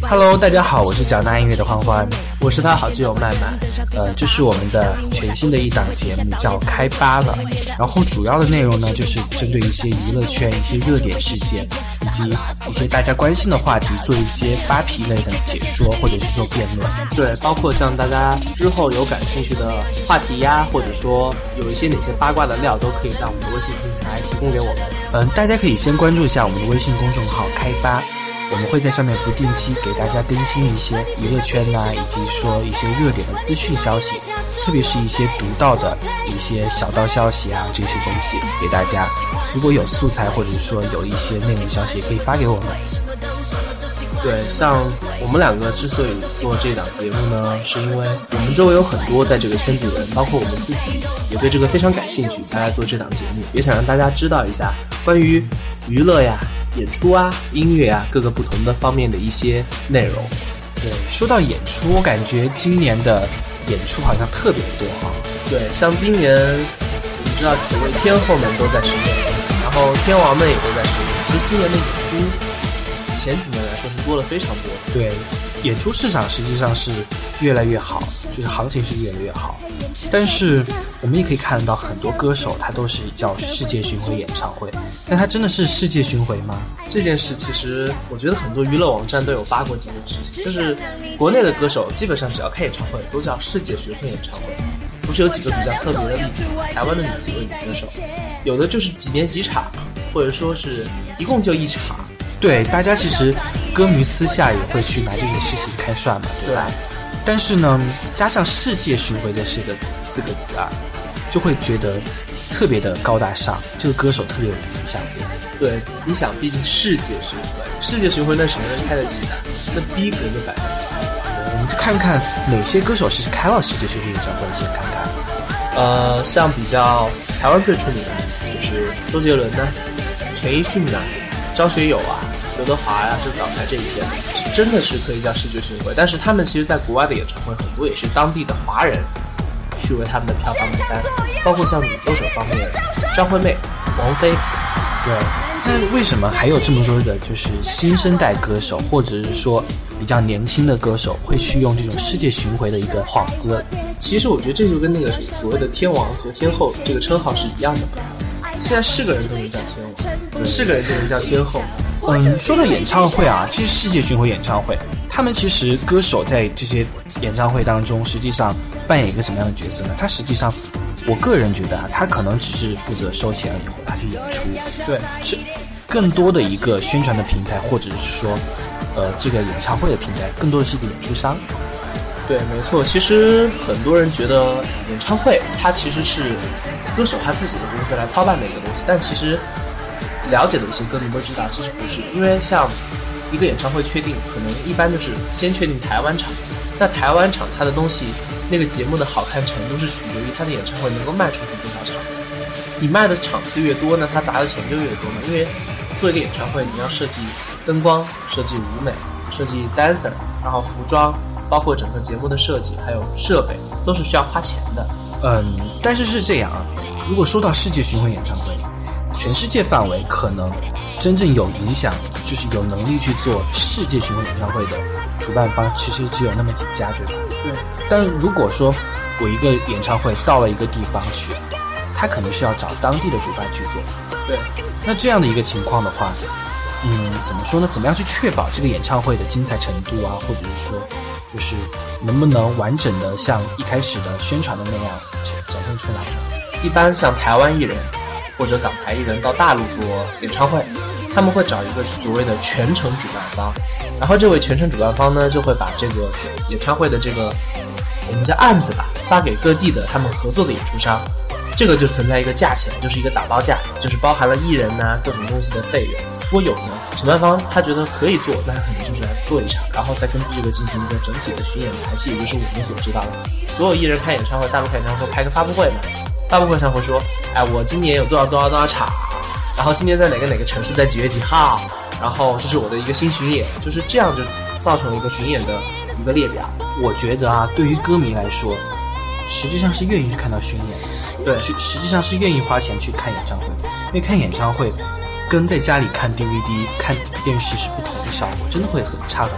Hello， 大家好，我是缴纳音乐的欢欢， 我是他好基友麦麦。 这是我们的全新的一档节目，叫开扒了。然后主要的内容呢，就是针对一些娱乐圈、一些热点事件，以及一些大家关心的话题，做一些扒皮类的解说，或者是说辩论。 对，包括像大家之后有感兴趣的话题呀，或者说有一些哪些八卦的料，都可以在我们的微信平台提供给我们。 大家可以先关注一下我们的微信公众号开扒。我们会在上面不定期给大家更新一些娱乐圈以及说一些热点的资讯消息，特别是一些独到的一些小道消息这些东西给大家。如果有素材或者说有一些内容消息，也可以发给我们。 对，像我们两个之所以做这档节目呢，是因为我们周围有很多在这个圈子的人，包括我们自己也对这个非常感兴趣，才来做这档节目，也想让大家知道一下关于娱乐演出音乐各个不同的方面的一些内容。 对，说到演出，我感觉今年的演出好像特别多对，像今年我们知道几位天后们都在巡演，然后天王们也都在巡演。其实今年的演出前几年来说是多了非常多。 对，演出市场实际上是越来越好，就是行情是越来越好。但是我们也可以看到很多歌手他都是叫世界巡回演唱会，但他真的是世界巡回吗？ 这件事其实我觉得很多娱乐网站都有扒过这件事情，就是国内的歌手基本上只要开演唱会都叫世界巡回演唱会。不是有几个比较特别的例子，台湾的几位女歌手，有的就是几年几场，或者说是一共就一场。 对，大家其实歌迷私下也会去拿这件事情开涮嘛，对吧？但是呢，加上世界巡回这四个字就会觉得特别的高大上，这个歌手特别有影响力。 对，你想，毕竟世界巡回那什么人开得起的？那逼格就摆在那。 我们就看看哪些歌手是开了世界巡回演唱会，先看看。 像比较台湾最出名的就是周杰伦陈奕迅张学友刘德华这个港台这一边，真的是可以叫世界巡回。但是他们其实在国外的演唱会很多也是当地的华人去为他们的票房买单，包括像女歌手方面，张惠妹、王菲。 对，那为什么还有这么多的就是新生代歌手，或者是说比较年轻的歌手会去用这种世界巡回的一个幌子？ 其实我觉得这就跟那个所谓的天王和天后这个称号是一样的。现在是个人都能叫天王，是个人就能叫天后。 说到演唱会这些世界巡回演唱会，他们其实歌手在这些演唱会当中实际上扮演一个什么样的角色呢？他实际上我个人觉得他可能只是负责收钱了以后他去演出， 对， 是更多的一个宣传的平台，或者是说这个演唱会的平台更多的是一个演出商。 对，没错。其实很多人觉得演唱会它其实是歌手他自己的公司来操办的一个东西，但其实了解的一些歌迷都知道其实不是。因为像一个演唱会确定可能一般就是先确定台湾场，那台湾场它的东西那个节目的好看程度是取决于它的演唱会能够卖出去多少场，你卖的场次越多呢，它砸的钱就越多嘛。因为做一个演唱会你要设计灯光，设计舞美，设计 dancer， 然后服装，包括整个节目的设计还有设备都是需要花钱的。 但是这样如果说到世界巡回演唱会，全世界范围可能真正有影响，就是有能力去做世界巡回演唱会的主办方其实只有那么几家，对吧？ 对。 但如果说我一个演唱会到了一个地方去，他可能是要找当地的主办去做。 对。 那这样的一个情况的话，怎么说呢？怎么样去确保这个演唱会的精彩程度或者是说就是能不能完整的像一开始的宣传的那样展现出来呢？ 一般像台湾艺人或者港台艺人到大陆做演唱会，他们会找一个所谓的全程主办方，然后这位全程主办方呢就会把这个演唱会的这个我们叫案子发给各地的他们合作的演出商，这个就存在一个价钱，就是一个打包价，就是包含了艺人各种东西的费用。如果有呢，承办方他觉得可以做，那他可能就是来做一场，然后再根据这个进行一个整体的巡演排期，也就是我们所知道的所有艺人开演唱会，大陆开演唱会开个发布会嘛，发布会上会说我今年有多少场，然后今年在哪个城市，在几月几号，然后这是我的一个新巡演，就是这样就造成了一个巡演的一个列表。 我觉得对于歌迷来说实际上是愿意去看到巡演， 对， 实际上是愿意花钱去看演唱会，因为看演唱会跟在家里看 DVD 看电视是不同的效果，真的会差很多。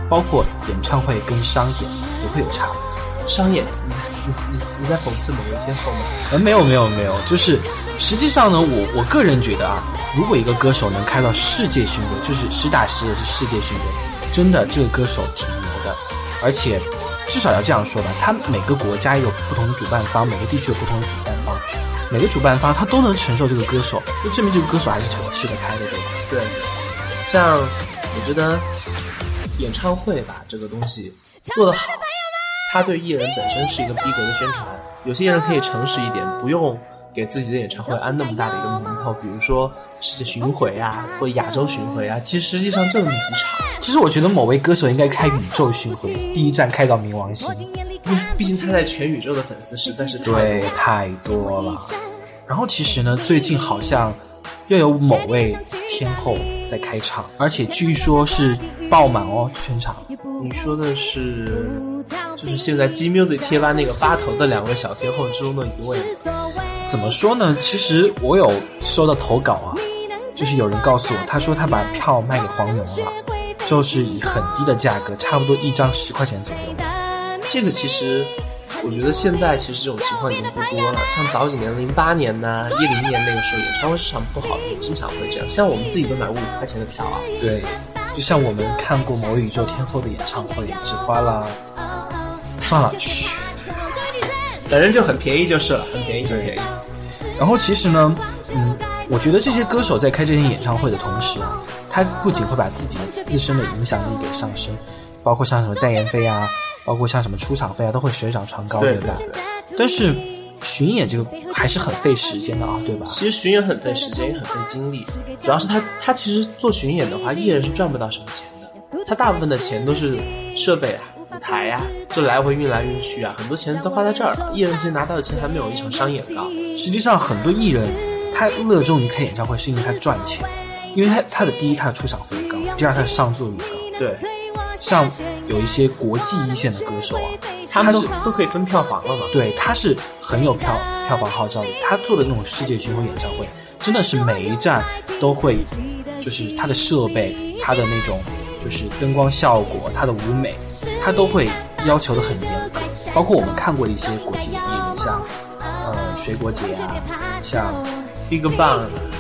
包括演唱会跟商演也会有差。 商演，你在讽刺某位天后吗？ 没有，就是实际上呢，我个人觉得啊，如果一个歌手能开到世界巡回，就是实打实的是世界巡回，真的这个歌手挺牛的，而且至少要这样说吧，他每个国家有不同的主办方，每个地区有不同的主办方，每个主办方他都能承受这个歌手，就证明这个歌手还是吃得开的，对吧？ 对，像我觉得演唱会吧这个东西做得好，它对艺人本身是一个逼格的宣传。有些人可以诚实一点，不用给自己的演唱会安那么大的一个名头，比如说世界巡回啊，或者亚洲巡回啊，其实实际上就那么几场。 其实我觉得某位歌手应该开宇宙巡回，第一站开到冥王星， 因为毕竟他在全宇宙的粉丝实在是太多了。然后其实呢，最近好像又有某位天后在开场，而且据说是爆满哦，全场。 你说的是就是现在 G Music 贴吧那个发头的2位小天后之中的一位吗？ 怎么说呢，其实我有收到投稿啊，就是有人告诉我，他说他把票卖给黄牛了，就是以很低的价格，差不多一张10块钱左右。 这个其实我觉得现在其实这种情况已经不多了，像早几年08年呐、10年那个时候，演唱会市场不好也经常会这样，像我们自己都买5块钱的票啊。 对，就像我们看过某宇宙天后的演唱会，只花了，算了，嘘， 反正就很便宜就是了，很便宜，很便宜。 然后其实呢，我觉得这些歌手在开这些演唱会的同时啊，他不仅会把自己自身的影响力给上升，包括像什么代言费啊，包括像什么出场费啊，都会水涨船高，对吧？对。但是巡演这个还是很费时间的啊，对吧？ 其实巡演很费时间，也很费精力，主要是他其实做巡演的话，艺人是赚不到什么钱的，他大部分的钱都是设备啊、舞台啊，就来回运来运去啊，很多钱都花在这儿了。艺人其实拿到的钱还没有一场商演高。 实际上，很多艺人他热衷于开演唱会，是因为他赚钱，因为他的第一，他的出场费高；第二，他的上座率高。 对， 像有一些国际一线的歌手啊， 他们都可以分票房了嘛。 对，他是很有票房号召力。他做的那种世界巡回演唱会，真的是每一站都会，就是他的设备，他的那种就是灯光效果，他的舞美，他都会要求的很严格。包括我们看过的一些国际的艺人，像水果姐啊，像 BigBang。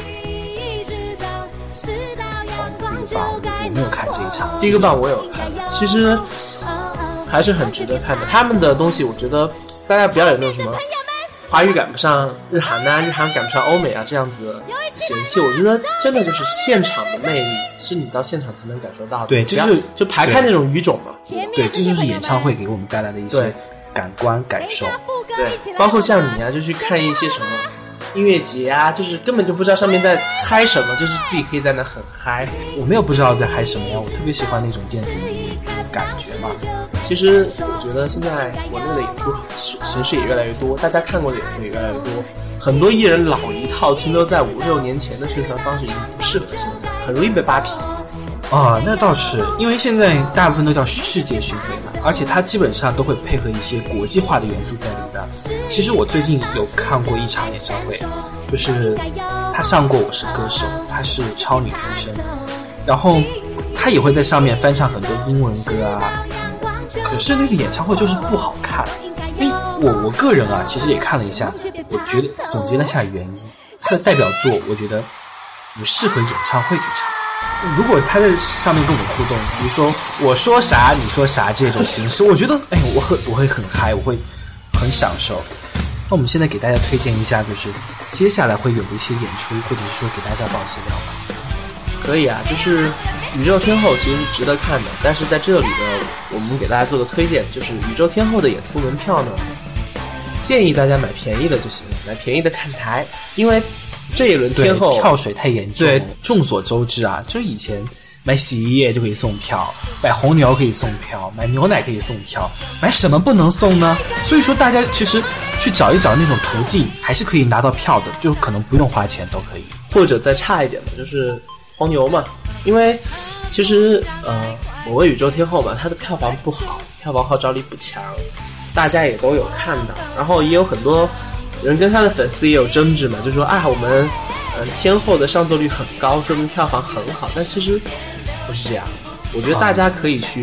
我没有看这一场。 BigBang 我有看，其实还是很值得看的。他们的东西，我觉得大家不要有那种什么华语赶不上日韩呐、日韩赶不上欧美啊这样子嫌弃。我觉得真的就是现场的魅力，是你到现场才能感受到的。 对， 就排开那种语种嘛。 对，这就是演唱会给我们带来的一些感官感受。 对，包括像你啊，就去看一些什么音乐节啊，就是根本就不知道上面在嗨什么，就是自己可以在那很嗨。 我没有不知道在嗨什么呀，我特别喜欢那种电子音乐那种感觉嘛。 其实我觉得现在国内的演出形式也越来越多，大家看过的演出也越来越多，很多艺人老一套停留在5、6年前的宣传方式已经不适合现在，很容易被扒皮。 啊，那倒是，因为现在大部分都叫世界巡回嘛，而且它基本上都会配合一些国际化的元素在里边。其实我最近有看过一场演唱会，就是他上过《我是歌手》，他是超女出身，然后他也会在上面翻唱很多英文歌啊，可是那个演唱会就是不好看。因为我个人啊，其实也看了一下，我觉得总结了一下原因，他的代表作我觉得不适合演唱会去唱。如果他在上面跟我们互动，比如说我说啥你说啥这种形式，我觉得我会很嗨，我会很享受。那我们现在给大家推荐一下，就是接下来会有的一些演出，或者是说给大家爆一些料吧。 可以啊，就是宇宙天后其实是值得看的，但是在这里呢，我们给大家做个推荐，就是宇宙天后的演出门票呢，建议大家买便宜的就行了，买便宜的看台，因为这一轮天后跳水太严重。 对， 众所周知啊，就是以前买洗衣液就可以送票，买红牛可以送票，买牛奶可以送票，买什么不能送呢？所以说大家其实去找一找那种途径，还是可以拿到票的，就可能不用花钱都可以。 或者再差一点的，就是黄牛嘛，因为其实某位宇宙天后嘛，她的票房不好，票房号召力不强，大家也都有看到，然后也有很多人跟他的粉丝也有争执嘛，就说我们天后的上座率很高，说明票房很好，但其实不是这样。我觉得大家可以去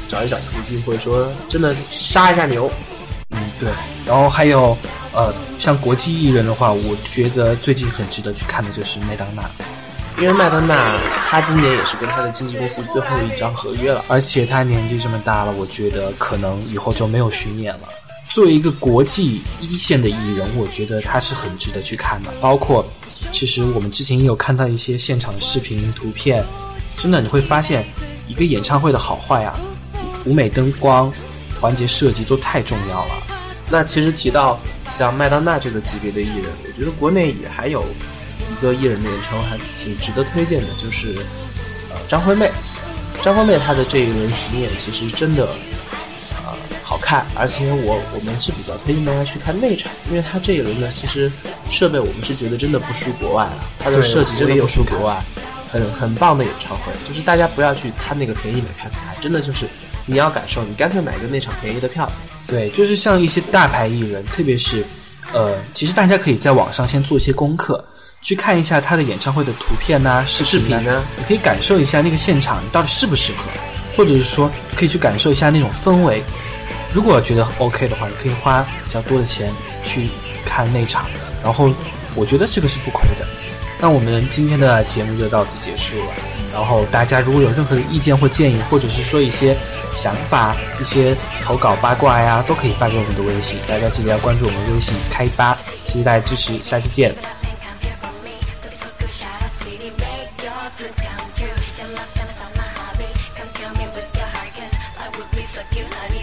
找一找途径，或者说真的杀一下牛。 对。然后还有像国际艺人的话，我觉得最近很值得去看的就是麦当娜， 因为麦当娜她今年也是跟她的经纪公司最后一张合约了， 而且她年纪这么大了，我觉得可能以后就没有巡演了。作为一个国际一线的艺人，我觉得他是很值得去看的。包括其实我们之前也有看到一些现场视频图片，真的你会发现一个演唱会的好坏啊，舞美灯光环节设计都太重要了。 那其实提到像麦当娜这个级别的艺人，我觉得国内也还有一个艺人的演唱会还挺值得推荐的，就是张惠妹。张惠妹她的这一轮巡演其实真的好看，而且我们是比较推荐大家去看内场，因为她这一轮呢，其实设备我们是觉得真的不输国外了，她的设计真的不输国外，很棒的演唱会。就是大家不要去看那个便宜买票台，真的就是你要感受，你干脆买个内场便宜的票。 对，就是像一些大牌艺人，特别是其实大家可以在网上先做一些功课，去看一下他的演唱会的图片呐、视频呢，你可以感受一下那个现场你到底适不适合，或者是说可以去感受一下那种氛围。如果觉得 OK 的话，你可以花比较多的钱去看内场，然后我觉得这个是不亏的。那我们今天的节目就到此结束了，然后大家如果有任何的意见或建议，或者是说一些想法、一些投稿八卦呀，都可以发给我们的微信，大家记得要关注我们微信开吧，谢谢大家支持，下期见。 Come kill me with your heart, 'cause I would be sucking honey.